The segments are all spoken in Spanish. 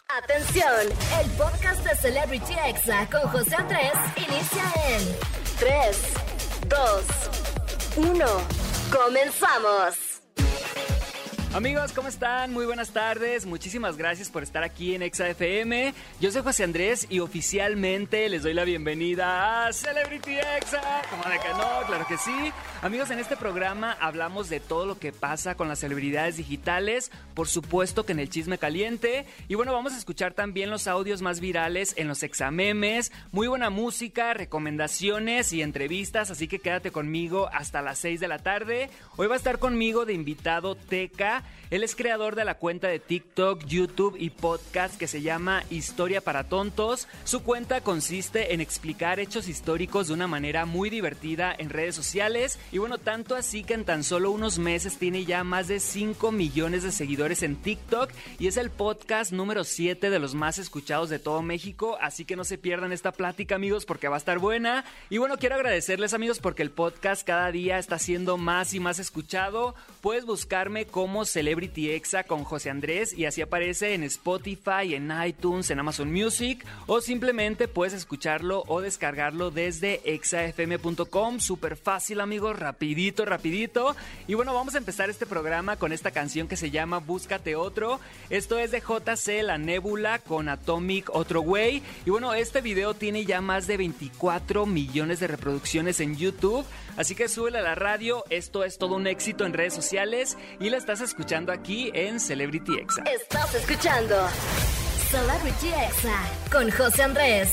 Atención, el podcast de Celebrity Exa con José Andrés inicia en 3, 2, 1. ¡Comenzamos! Amigos, ¿cómo están? Muy buenas tardes. Muchísimas gracias por estar aquí en Exa FM. Yo soy José Andrés y oficialmente les doy la bienvenida a Celebrity Exa. ¿Cómo de que no? Claro que sí. Amigos, en este programa hablamos de todo lo que pasa con las celebridades digitales, por supuesto que en el chisme caliente. Y bueno, vamos a escuchar también los audios más virales en los Examemes. Muy buena música, recomendaciones y entrevistas, así que quédate conmigo hasta las 6 de la tarde. Hoy va a estar conmigo de invitado Teca. Él es creador de la cuenta de TikTok, YouTube y podcast que se llama Historia para Tontos. Su cuenta consiste en explicar hechos históricos de una manera muy divertida en redes sociales. Y bueno, tanto así que en tan solo unos meses tiene ya más de 5 millones de seguidores en TikTok. Y es el podcast número 7 de los más escuchados de todo México. Así que no se pierdan esta plática, amigos, porque va a estar buena. Y bueno, quiero agradecerles, amigos, porque el podcast cada día está siendo más y más escuchado. Puedes buscarme como Celebrity Exa con José Andrés y así aparece en Spotify, en iTunes, en Amazon Music, o simplemente puedes escucharlo o descargarlo desde exafm.com. Súper fácil, amigos, rapidito. Y bueno, vamos a empezar este programa con esta canción que se llama Búscate Otro. Esto es de JC La Nébula con Atomic Otro Güey. Y bueno, este video tiene ya más de 24 millones de reproducciones en YouTube, así que súbele a la radio. Esto es todo un éxito en redes sociales y la estás escuchando aquí en Celebrity Exa. Estás escuchando Celebrity Exa con José Andrés.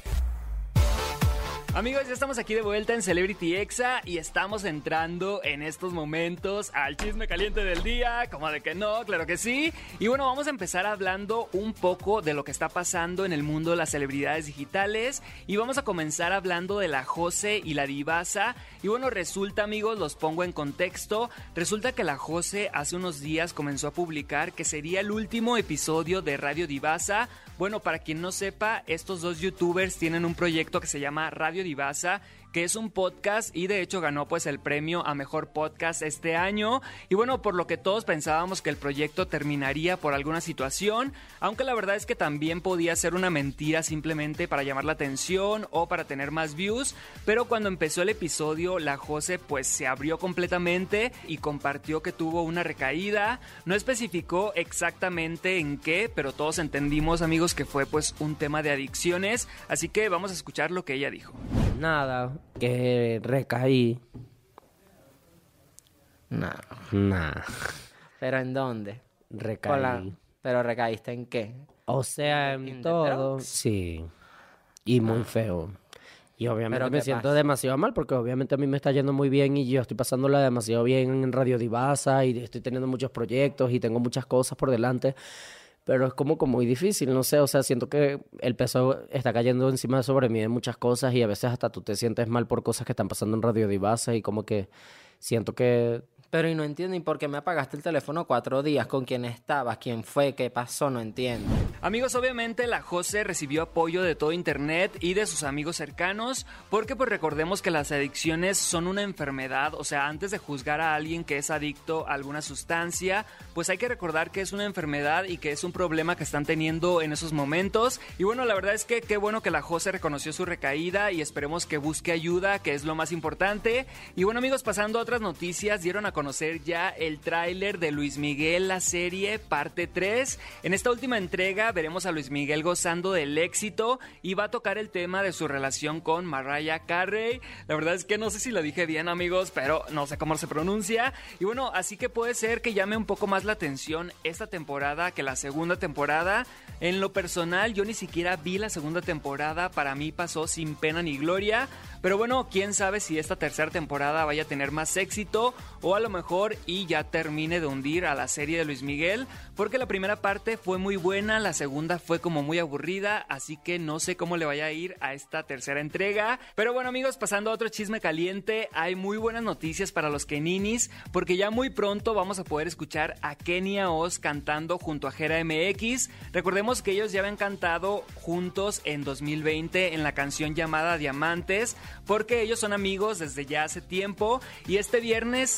Amigos, ya estamos aquí de vuelta en Celebrity Exa y estamos entrando en estos momentos al chisme caliente del día. ¿Cómo de que no? Claro que sí. Y bueno, vamos a empezar hablando un poco de lo que está pasando en el mundo de las celebridades digitales. Y vamos a comenzar hablando de la Jose y la Divasa. Y bueno, resulta, amigos, los pongo en contexto. Resulta que la Jose hace unos días comenzó a publicar que sería el último episodio de Radio Divasa. Bueno, para quien no sepa, estos dos youtubers tienen un proyecto que se llama Radio Divasa, que es un podcast y de hecho ganó pues el premio a mejor podcast este año. Y bueno, por lo que todos pensábamos que el proyecto terminaría por alguna situación, aunque la verdad es que también podía ser una mentira simplemente para llamar la atención o para tener más views. Pero cuando empezó el episodio, la Jose pues se abrió completamente y compartió que tuvo una recaída. No especificó exactamente en qué, pero todos entendimos, amigos, que fue pues un tema de adicciones. Así que vamos a escuchar lo que ella dijo. Nada, que recaí. Nada. ¿Pero en dónde? Recaí. ¿Pero recaíste en qué? O sea, en todo. drugs? Sí. Y muy feo. Y obviamente ¿Pero me qué siento pasa? demasiado mal porque obviamente a mí me está yendo muy bien y yo estoy pasándola demasiado bien en Radio Divasa y estoy teniendo muchos proyectos y tengo muchas cosas por delante. Pero es como muy difícil, no sé, o sea, siento que el peso está cayendo encima sobre mí de muchas cosas y a veces hasta tú te sientes mal por cosas que están pasando en Radio Divasa y como que siento que... Pero y no entiendo, ¿y por qué me apagaste el teléfono 4 días? ¿Con quién estabas? ¿Quién fue? ¿Qué pasó? No entiendo. Amigos, obviamente la Jose recibió apoyo de todo internet y de sus amigos cercanos, porque pues recordemos que las adicciones son una enfermedad. O sea, antes de juzgar a alguien que es adicto a alguna sustancia, pues hay que recordar que es una enfermedad y que es un problema que están teniendo en esos momentos. Y bueno, la verdad es que qué bueno que la Jose reconoció su recaída y esperemos que busque ayuda, que es lo más importante. Y bueno, amigos, pasando a otras noticias, dieron a conocer ya el tráiler de Luis Miguel, la serie parte 3. En esta última entrega veremos a Luis Miguel gozando del éxito y va a tocar el tema de su relación con Mariah Carey. La verdad es que no sé si lo dije bien, amigos, pero no sé cómo se pronuncia. Y bueno, así que puede ser que llame un poco más la atención esta temporada que la segunda temporada. En lo personal, yo ni siquiera vi la segunda temporada, para mí pasó sin pena ni gloria. Pero bueno, quién sabe si esta tercera temporada vaya a tener más éxito o a lo mejor y ya termine de hundir a la serie de Luis Miguel, porque la primera parte fue muy buena, la segunda fue como muy aburrida, así que no sé cómo le vaya a ir a esta tercera entrega. Pero bueno, amigos, pasando a otro chisme caliente, hay muy buenas noticias para los Keninis, porque ya muy pronto vamos a poder escuchar a Kenia Oz cantando junto a Jera MX. Recordemos que ellos ya habían cantado juntos en 2020 en la canción llamada Diamantes, porque ellos son amigos desde ya hace tiempo y este viernes se reencontraron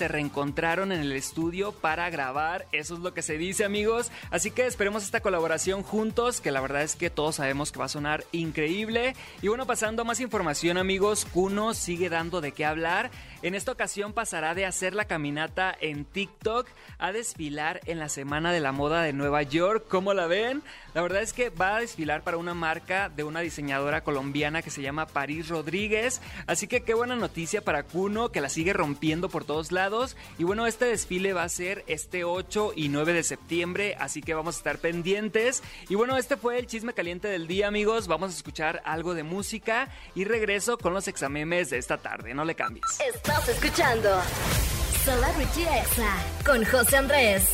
encontraron en el estudio para grabar. Eso es lo que se dice, amigos. Así que esperemos esta colaboración juntos, que la verdad es que todos sabemos que va a sonar increíble. Y bueno, pasando a más información, amigos, Kuno sigue dando de qué hablar. En esta ocasión pasará de hacer la caminata en TikTok a desfilar en la Semana de la Moda de Nueva York. ¿Cómo la ven? La verdad es que va a desfilar para una marca de una diseñadora colombiana que se llama París Rodríguez. Así que qué buena noticia para Kuno, que la sigue rompiendo por todos lados. Y bueno, este desfile va a ser este 8 y 9 de septiembre, así que vamos a estar pendientes. Y bueno, este fue el chisme caliente del día, amigos. Vamos a escuchar algo de música y regreso con los examemes de esta tarde. No le cambies. Estás escuchando Celebrity Exa con José Andrés.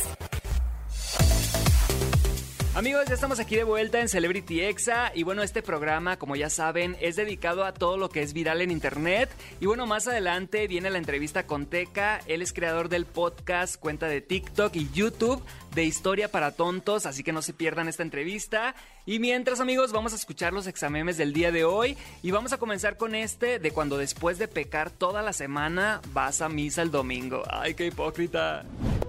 Amigos, ya estamos aquí de vuelta en Celebrity Exa y bueno, este programa, como ya saben, es dedicado a todo lo que es viral en internet. Y bueno, más adelante viene la entrevista con Teca. Él es creador del podcast, cuenta de TikTok y YouTube de Historia para Tontos, así que no se pierdan esta entrevista. Y mientras, amigos, vamos a escuchar los examemes del día de hoy y vamos a comenzar con este de cuando después de pecar toda la semana vas a misa el domingo. ¡Ay, qué hipócrita!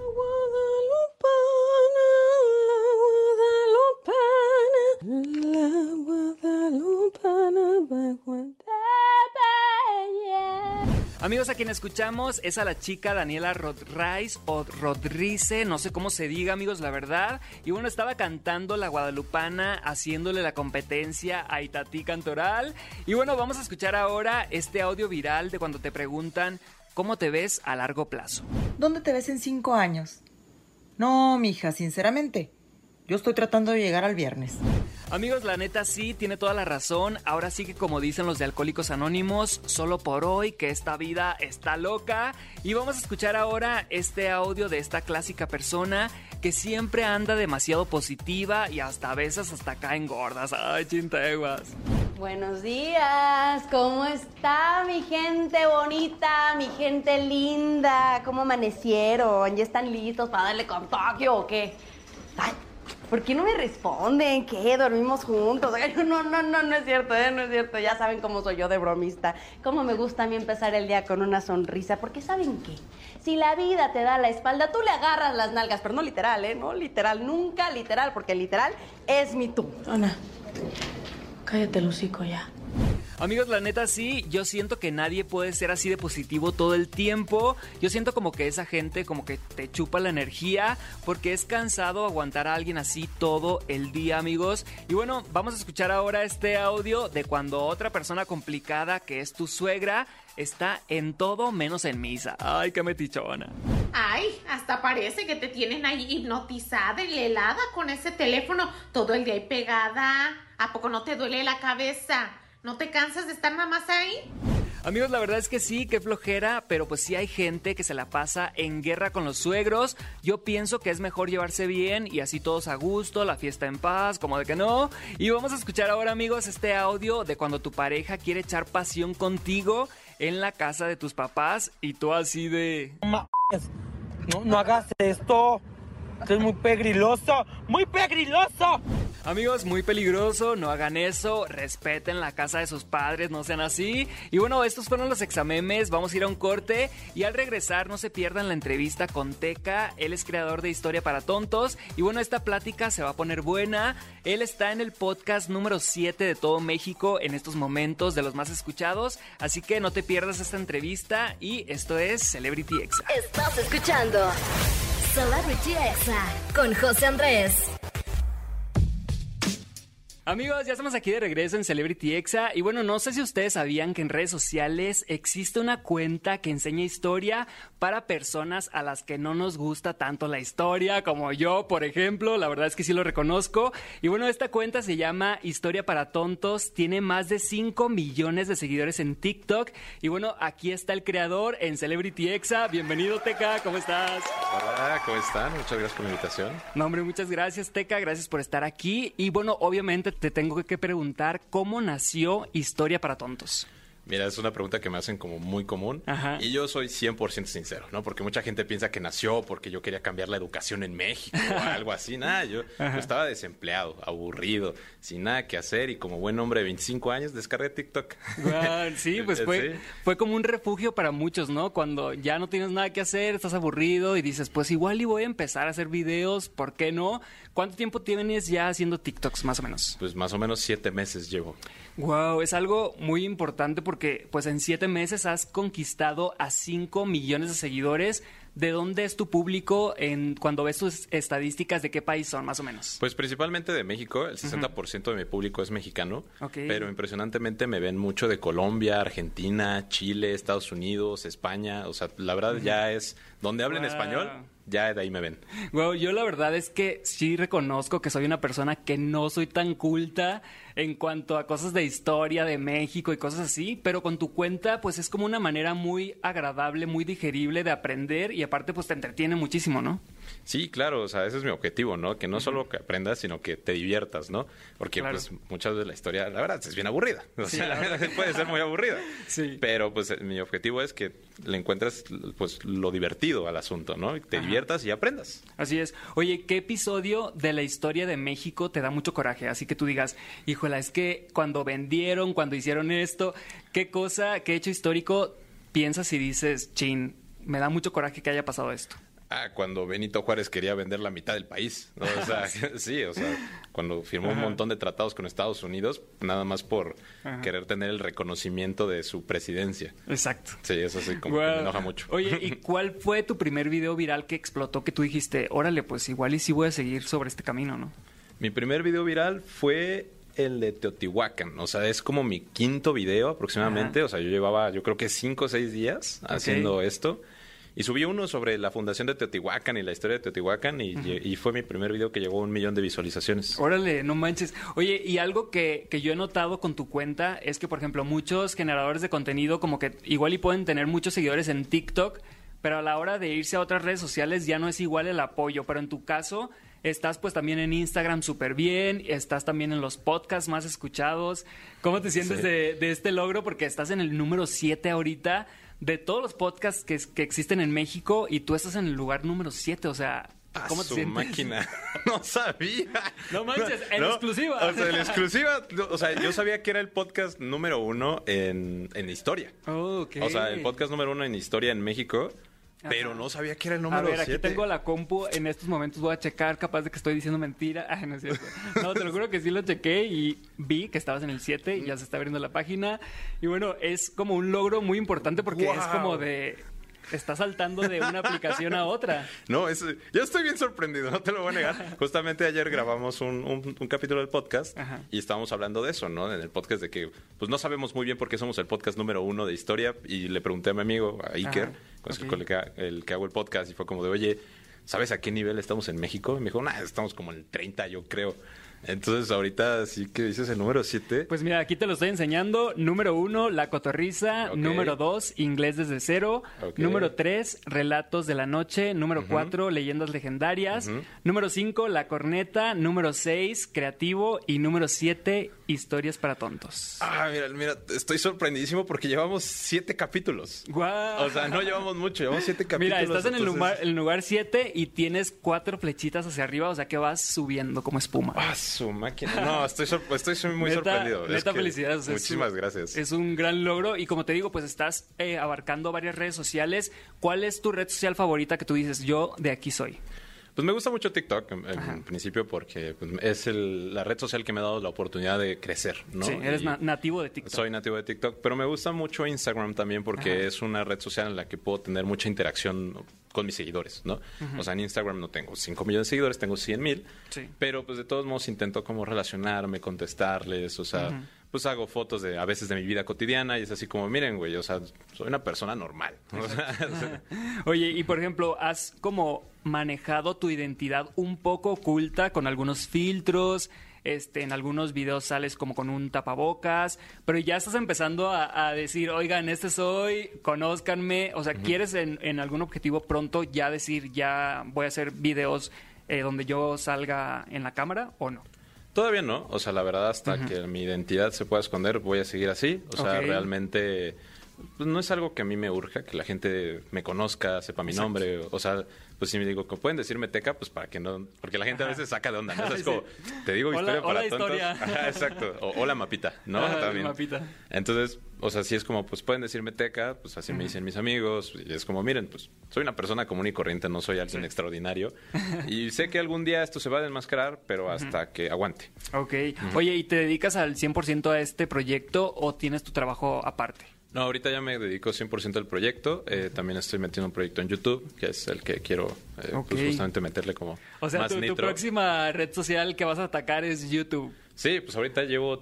Amigos, a quien escuchamos es a la chica Daniela Rodríguez o Rodrice, no sé cómo se diga, amigos, la verdad. Y bueno, estaba cantando La Guadalupana, haciéndole la competencia a Itatí Cantoral. Y bueno, vamos a escuchar ahora este audio viral de cuando te preguntan ¿cómo te ves a largo plazo? ¿Dónde te ves en 5 años? No, mija, sinceramente, yo estoy tratando de llegar al viernes. Amigos, la neta sí, tiene toda la razón. Ahora sí que como dicen los de Alcohólicos Anónimos, solo por hoy, que esta vida está loca. Y vamos a escuchar ahora este audio de esta clásica persona que siempre anda demasiado positiva y hasta a veces hasta caen gordas. Ay, chinteguas. Buenos días, ¿cómo está mi gente bonita, mi gente linda? ¿Cómo amanecieron? ¿Ya están listos para darle con Tokio o qué? Ay, ¿por qué no me responden? ¿Qué? ¿Dormimos juntos? Ay, no es cierto, no es cierto. Ya saben cómo soy yo de bromista. Cómo me gusta a mí empezar el día con una sonrisa. Porque ¿saben qué? Si la vida te da la espalda, tú le agarras las nalgas. Pero no literal, ¿eh? No literal, nunca literal. Porque literal es mi tú. Ana, cállate el hocico ya. Amigos, la neta sí, yo siento que nadie puede ser así de positivo todo el tiempo. Yo siento como que esa gente como que te chupa la energía porque es cansado aguantar a alguien así todo el día, amigos. Y bueno, vamos a escuchar ahora este audio de cuando otra persona complicada, que es tu suegra, está en todo menos en misa. Ay, qué metichona. Ay, hasta parece que te tienen ahí hipnotizada y helada con ese teléfono todo el día ahí pegada. ¿A poco no te duele la cabeza? ¿No te cansas de estar nada más ahí? Amigos, la verdad es que sí, qué flojera, pero pues sí hay gente que se la pasa en guerra con los suegros. Yo pienso que es mejor llevarse bien y así todos a gusto, la fiesta en paz, como de que no. Y vamos a escuchar ahora, amigos, este audio de cuando tu pareja quiere echar pasión contigo en la casa de tus papás y tú así de... No hagas esto, esto es muy pegriloso, muy pegriloso. Amigos, muy peligroso, no hagan eso, respeten la casa de sus padres, no sean así. Y bueno, estos fueron los examemes, vamos a ir a un corte y al regresar no se pierdan la entrevista con Teca. Él es creador de Historia para Tontos y bueno, esta plática se va a poner buena. Él está en el podcast número 7 de todo México en estos momentos, de los más escuchados, así que no te pierdas esta entrevista y esto es Celebrity Exa. Estás escuchando Celebrity Exa con José Andrés. Amigos, ya estamos aquí de regreso en Celebrity Exa y bueno, no sé si ustedes sabían que en redes sociales existe una cuenta que enseña historia para personas a las que no nos gusta tanto la historia, como yo, por ejemplo. La verdad es que sí lo reconozco. Y bueno, esta cuenta se llama Historia para Tontos, tiene más de 5 millones de seguidores en TikTok y bueno, aquí está el creador en Celebrity Exa. Bienvenido, Teca, ¿cómo estás? Hola, ¿cómo están? Muchas gracias por la invitación. No, hombre, muchas gracias, Teca, gracias por estar aquí y bueno, obviamente te tengo que preguntar cómo nació Historia para Tontos. Mira, es una pregunta que me hacen como muy común. Ajá. Y yo soy 100% sincero, ¿no? Porque mucha gente piensa que nació porque yo quería cambiar la educación en México o algo así. Nada, yo estaba desempleado, aburrido, sin nada que hacer. Y como buen hombre de 25 años, descargué TikTok. Wow, sí, pues fue como un refugio para muchos, ¿no? Cuando ya no tienes nada que hacer, estás aburrido y dices, pues igual y voy a empezar a hacer videos, ¿por qué no? ¿Cuánto tiempo tienes ya haciendo TikToks, más o menos? Pues más o menos 7 meses llevo. Wow, es algo muy importante porque pues en 7 meses has conquistado a 5 millones de seguidores. ¿De dónde es tu público cuando ves tus estadísticas? ¿De qué país son, más o menos? Pues principalmente de México. El 60% de mi público es mexicano. Okay. Pero impresionantemente me ven mucho de Colombia, Argentina, Chile, Estados Unidos, España. O sea, la verdad ya es... Donde hablen español, ya de ahí me ven. Wow, yo la verdad es que sí reconozco que soy una persona que no soy tan culta en cuanto a cosas de historia de México y cosas así, pero con tu cuenta pues es como una manera muy agradable, muy digerible de aprender y aparte pues te entretiene muchísimo, ¿no? Sí, claro, o sea, ese es mi objetivo, ¿no? Que no solo que aprendas, sino que te diviertas, ¿no? Porque pues muchas veces la historia, la verdad, es bien aburrida. O sea, puede ser muy aburrida. Sí. Pero pues mi objetivo es que le encuentres pues lo divertido al asunto, ¿no? Y te diviertas y aprendas. Así es. Oye, ¿qué episodio de la historia de México te da mucho coraje? Así que tú digas, híjola, es que cuando vendieron, cuando hicieron esto, ¿qué hecho histórico piensas y dices, chin, me da mucho coraje que haya pasado esto? Cuando Benito Juárez quería vender la mitad del país, ¿no? O sea, sí, o sea, cuando firmó un montón de tratados con Estados Unidos, nada más por querer tener el reconocimiento de su presidencia. Exacto. Sí, eso sí, como que me enoja mucho. Oye, ¿y cuál fue tu primer video viral que explotó que tú dijiste, órale, pues igual y sí voy a seguir sobre este camino, ¿no? Mi primer video viral fue el de Teotihuacán, o sea, es como mi 5º video aproximadamente, o sea, yo llevaba, yo creo que 5 o 6 días haciendo esto. Y subí uno sobre la fundación de Teotihuacán y la historia de Teotihuacán y fue mi primer video que llegó a 1 millón de visualizaciones. Órale, no manches. Oye, y algo que yo he notado con tu cuenta es que, por ejemplo, muchos generadores de contenido como que igual y pueden tener muchos seguidores en TikTok, pero a la hora de irse a otras redes sociales ya no es igual el apoyo. Pero en tu caso, estás pues también en Instagram súper bien, estás también en los podcasts más escuchados. ¿Cómo te sientes de este logro? Porque estás en el número 7 ahorita de todos los podcasts que existen en México y tú estás en el lugar número 7, o sea, ¿cómo te sientes? Máquina, no sabía. No manches, en exclusiva. O sea, en exclusiva, o sea, yo sabía que era el podcast número 1 en historia. Oh, ok. O sea, el podcast número 1 en historia en México. Pero no sabía que era el número 7. A ver, aquí tengo la compu. En estos momentos voy a checar, capaz de que estoy diciendo mentira. Ay, no es cierto. No, te lo juro que sí lo chequé y vi que estabas en el 7 y ya se está abriendo la página. Y bueno, es como un logro muy importante porque es como de... Está saltando de una aplicación a otra. No, yo estoy bien sorprendido, no te lo voy a negar. Justamente ayer grabamos un capítulo del podcast y estábamos hablando de eso, ¿no? En el podcast de que pues no sabemos muy bien por qué somos el podcast número 1 de historia y le pregunté a mi amigo, a Iker, con el que hago el podcast y fue como de, oye, ¿sabes a qué nivel estamos en México? Y me dijo, estamos como en el 30, yo creo. Entonces, ahorita sí que dices el número 7. Pues mira, aquí te lo estoy enseñando. Número 1, La Cotorrisa. Número 2, Inglés desde cero. Número 3, Relatos de la Noche. Número 4, Leyendas Legendarias. Número 5, La Corneta. Número 6, Creativo. Y número 7, Historias para Tontos. Mira, estoy sorprendidísimo porque llevamos 7 capítulos. ¡Guau! O sea, no llevamos mucho, llevamos 7 capítulos. Mira, estás en el lugar 7 y tienes 4 flechitas hacia arriba, o sea que vas subiendo como espuma. Su máquina. No, estoy muy sorprendido. Neta, felicidades. Muchísimas gracias. Es un gran logro y como te digo, pues estás abarcando varias redes sociales. ¿Cuál es tu red social favorita que tú dices, yo de aquí soy? Pues me gusta mucho TikTok en principio porque pues, es la red social que me ha dado la oportunidad de crecer, ¿no? Sí, eres nativo de TikTok. Soy nativo de TikTok, pero me gusta mucho Instagram también porque es una red social en la que puedo tener mucha interacción con mis seguidores, ¿no? O sea, en Instagram no tengo 5 millones de seguidores, tengo 100,000, pero pues de todos modos intento como relacionarme, contestarles, o sea... pues hago fotos a veces de mi vida cotidiana y es así como, miren, güey, o sea, soy una persona normal. O sea, Oye, y por ejemplo, ¿has como manejado tu identidad un poco oculta con algunos filtros? En algunos videos sales como con un tapabocas, pero ya estás empezando a decir, oigan, soy, conózcanme. O sea, ¿quieres en algún objetivo pronto ya decir, ya voy a hacer videos donde yo salga en la cámara o no? Todavía no, o sea, la verdad, hasta que mi identidad se pueda esconder, voy a seguir así. O sea, realmente pues, no es algo que a mí me urja, que la gente me conozca, sepa mi nombre. O sea, pues si me digo, pueden decirme Teca, pues para que no... Porque la gente a veces saca de onda, ¿no? O sea, es como, te digo historia para tontos. Historia. Ajá, exacto. O hola, Mapita, ¿no? También. Mapita. Entonces, o sea, sí es como, pues pueden decirme Teca, pues así me dicen mis amigos. Y es como, miren, pues soy una persona común y corriente, no soy alguien extraordinario. Y sé que algún día esto se va a desmascarar, pero hasta que aguante. Ok. Oye, ¿y te dedicas al 100% a este proyecto o tienes tu trabajo aparte? No, ahorita ya me dedico 100% al proyecto. También estoy metiendo un proyecto en YouTube, que es el que quiero pues justamente meterle como o sea, más tu próxima red social que vas a atacar es YouTube. Sí, pues ahorita llevo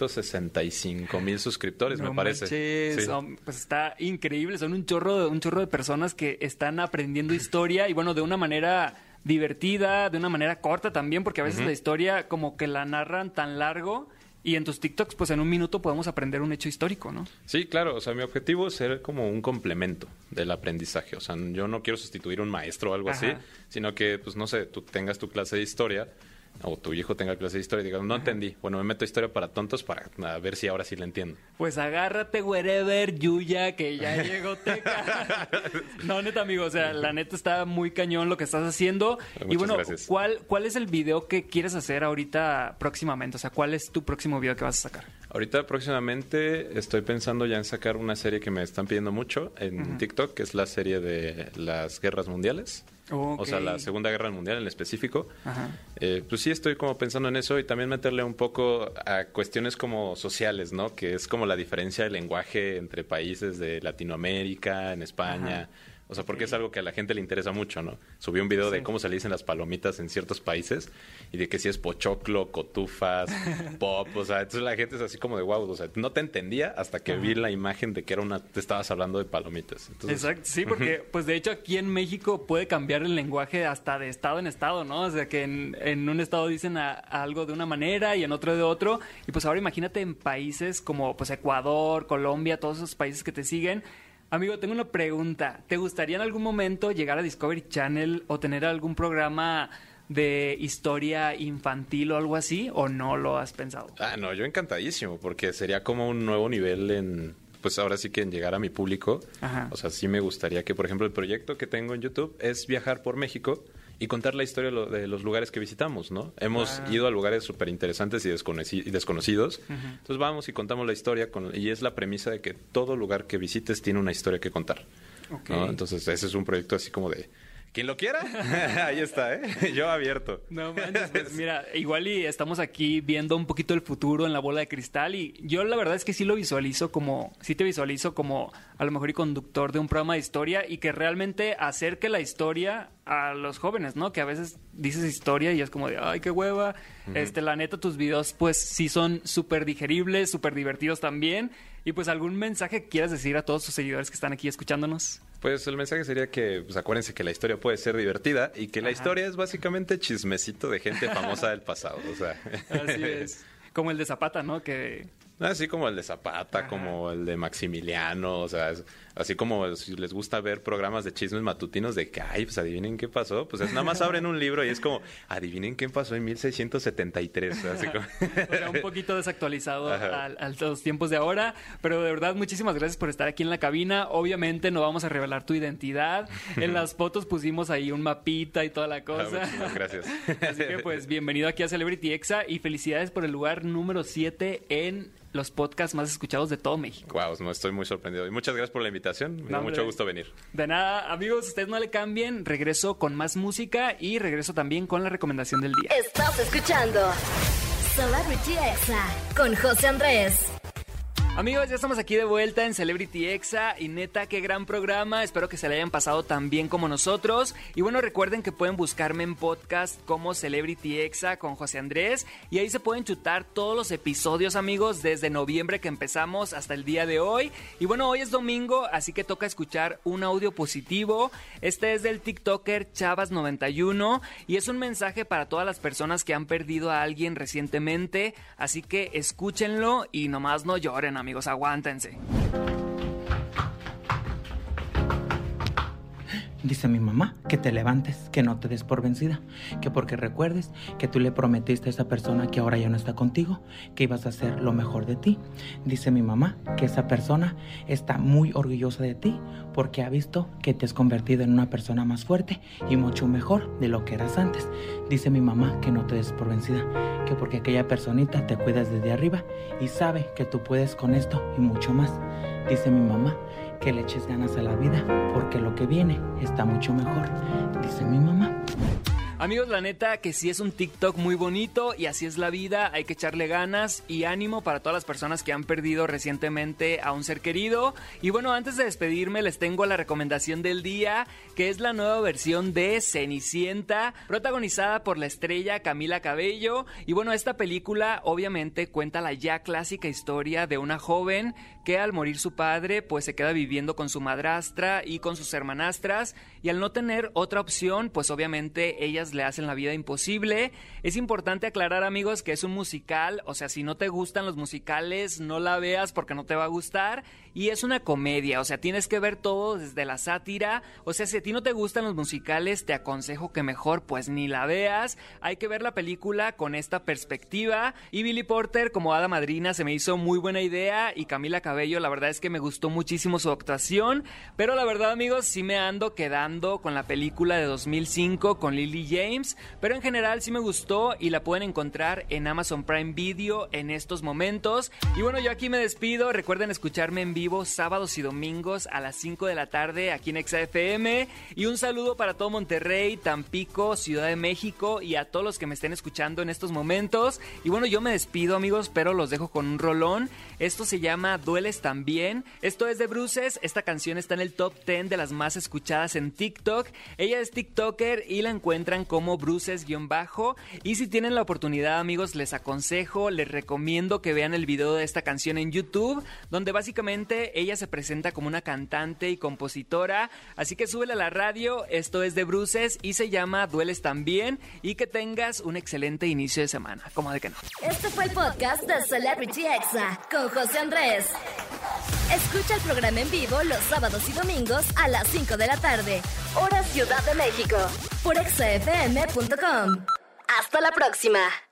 365,000 suscriptores, me parece. Sí. Pues está increíble. Son un chorro de personas que están aprendiendo historia y bueno, de una manera divertida, de una manera corta también, porque a veces la historia como que la narran tan largo. Y en tus TikToks, pues en un minuto podemos aprender un hecho histórico, ¿no? Sí, claro. O sea, mi objetivo es ser como un complemento del aprendizaje. O sea, yo no quiero sustituir un maestro o algo así, sino que, pues no sé, tú tengas tu clase de historia o tu hijo tenga clase de historia y digas, no entendí. Bueno, me meto a historia para tontos para ver si ahora sí la entiendo. Pues agárrate, wherever, Yuya, que ya llegó Teca. No, neta, amigo, o sea, la neta está muy cañón lo que estás haciendo. Muchas y bueno, gracias. ¿cuál es el video que quieres hacer ahorita próximamente? O sea, ¿cuál es tu próximo video que vas a sacar? Ahorita próximamente estoy pensando ya en sacar una serie que me están pidiendo mucho en TikTok, que es la serie de las guerras mundiales. O sea, la Segunda Guerra Mundial en específico. Pues sí, estoy como pensando en eso y también meterle un poco a cuestiones como sociales, ¿no? Que es como la diferencia de lenguaje entre países de Latinoamérica, en España. O sea, porque es algo que a la gente le interesa mucho, ¿no? Subí un video de cómo se le dicen las palomitas en ciertos países y de que si es pochoclo, cotufas, pop, o sea, entonces la gente es así como de wow, o sea, no te entendía hasta que vi la imagen de que te estabas hablando de palomitas. Entonces, exacto, sí, porque pues de hecho aquí en México puede cambiar el lenguaje hasta de estado en estado, ¿no? O sea, que en un estado dicen algo de una manera y en otro de otro, y pues ahora imagínate en países como pues Ecuador, Colombia, todos esos países que te siguen. Amigo, tengo una pregunta. ¿Te gustaría en algún momento llegar a Discovery Channel o tener algún programa de historia infantil o algo así? ¿O no lo has pensado? No, yo encantadísimo, porque sería como un nuevo nivel pues ahora sí que en llegar a mi público. O sea, sí me gustaría que, por ejemplo, el proyecto que tengo en YouTube es viajar por México y contar la historia de los lugares que visitamos, ¿no? Hemos ido a lugares súper interesantes y desconocidos. Entonces vamos y contamos la historia y es la premisa de que todo lugar que visites tiene una historia que contar, ¿no? Entonces ese es un proyecto así como de... ¿Quién lo quiera? Ahí está, ¿eh? Yo abierto. No manches, pues mira, igual y estamos aquí viendo un poquito el futuro en la bola de cristal y yo la verdad es que sí te visualizo como a lo mejor y conductor de un programa de historia y que realmente acerque la historia a los jóvenes, ¿no? Que a veces dices historia y es como de, ay, qué hueva. La neta, tus videos pues sí son súper digeribles, súper divertidos también. Y pues algún mensaje que quieras decir a todos tus seguidores que están aquí escuchándonos. Pues el mensaje sería que, pues acuérdense que la historia puede ser divertida y que la historia es básicamente chismecito de gente famosa del pasado, o sea. Así es. Como el de Zapata, ¿no? Así como el de Zapata, como el de Maximiliano, o sea, así como si les gusta ver programas de chismes matutinos de que, ay, pues adivinen qué pasó, pues es nada más abren un libro y es como, adivinen qué pasó en 1673. Así como... O sea, un poquito desactualizado a los tiempos de ahora, pero de verdad, muchísimas gracias por estar aquí en la cabina. Obviamente no vamos a revelar tu identidad. En las fotos pusimos ahí un mapita y toda la cosa. Muchísimas gracias. Así que pues bienvenido aquí a Celebrity Exa y felicidades por el lugar número 7 en los podcasts más escuchados de todo México. Wow, no, estoy muy sorprendido. Y muchas gracias por la invitación. Me da mucho gusto venir. De nada, amigos, ustedes no le cambien. Regreso con más música y regreso también con la recomendación del día. Estás escuchando Celebrity Exa con José Andrés. Amigos, ya estamos aquí de vuelta en Celebrity Exa y neta, qué gran programa. Espero que se le hayan pasado tan bien como nosotros. Y bueno, recuerden que pueden buscarme en podcast como Celebrity Exa con José Andrés y ahí se pueden chutar todos los episodios, amigos, desde noviembre que empezamos hasta el día de hoy. Y bueno, hoy es domingo, así que toca escuchar un audio positivo. Este es del TikToker Chavas91 y es un mensaje para todas las personas que han perdido a alguien recientemente. Así que escúchenlo y nomás no lloren, amigos, aguántense. Dice mi mamá que te levantes, que no te des por vencida, que porque recuerdes que tú le prometiste a esa persona que ahora ya no está contigo, que ibas a hacer lo mejor de ti. Dice mi mamá que esa persona está muy orgullosa de ti porque ha visto que te has convertido en una persona más fuerte y mucho mejor de lo que eras antes. Dice mi mamá que no te des por vencida, que porque aquella personita te cuidas desde arriba y sabe que tú puedes con esto y mucho más. Dice mi mamá que le eches ganas a la vida porque lo que viene está mucho mejor. Dice mi mamá. Amigos, la neta que sí es un TikTok muy bonito y así es la vida, hay que echarle ganas y ánimo para todas las personas que han perdido recientemente a un ser querido. Y bueno, antes de despedirme les tengo la recomendación del día, que es la nueva versión de Cenicienta, protagonizada por la estrella Camila Cabello. Y bueno, esta película obviamente cuenta la ya clásica historia de una joven que al morir su padre pues se queda viviendo con su madrastra y con sus hermanastras, y al no tener otra opción pues obviamente ellas le hacen la vida imposible. Es importante aclarar, amigos, que es un musical, o sea, si no te gustan los musicales no la veas porque no te va a gustar, y es una comedia, o sea, tienes que ver todo desde la sátira. O sea, si a ti no te gustan los musicales, te aconsejo que mejor pues ni la veas. Hay que ver la película con esta perspectiva, y Billy Porter como hada madrina se me hizo muy buena idea, y Camila Cabello la verdad es que me gustó muchísimo su actuación. Pero la verdad, amigos, sí me ando quedando con la película de 2005 con Lily James, pero en general sí me gustó y la pueden encontrar en Amazon Prime Video en estos momentos. Y bueno, yo aquí me despido. Recuerden escucharme en vivo sábados y domingos a las 5 de la tarde aquí en Exa FM, y un saludo para todo Monterrey, Tampico, Ciudad de México y a todos los que me estén escuchando en estos momentos. Y bueno, yo me despido, amigos, pero los dejo con un rolón. Esto se llama Dueles También. Esto es de Bruces. Esta canción está en el top 10 de las más escuchadas en TikTok. Ella es TikToker y la encuentran como Bruces-. Y si tienen la oportunidad, amigos, les aconsejo, les recomiendo que vean el video de esta canción en YouTube, donde básicamente ella se presenta como una cantante y compositora. Así que súbele a la radio. Esto es de Bruces y se llama Dueles También, y que tengas un excelente inicio de semana. ¿Cómo de que no? Este fue el podcast de Celebrity Exa con José Andrés. Escucha el programa en vivo los sábados y domingos a las 5 de la tarde, hora Ciudad de México, por exafm.com. Hasta la próxima.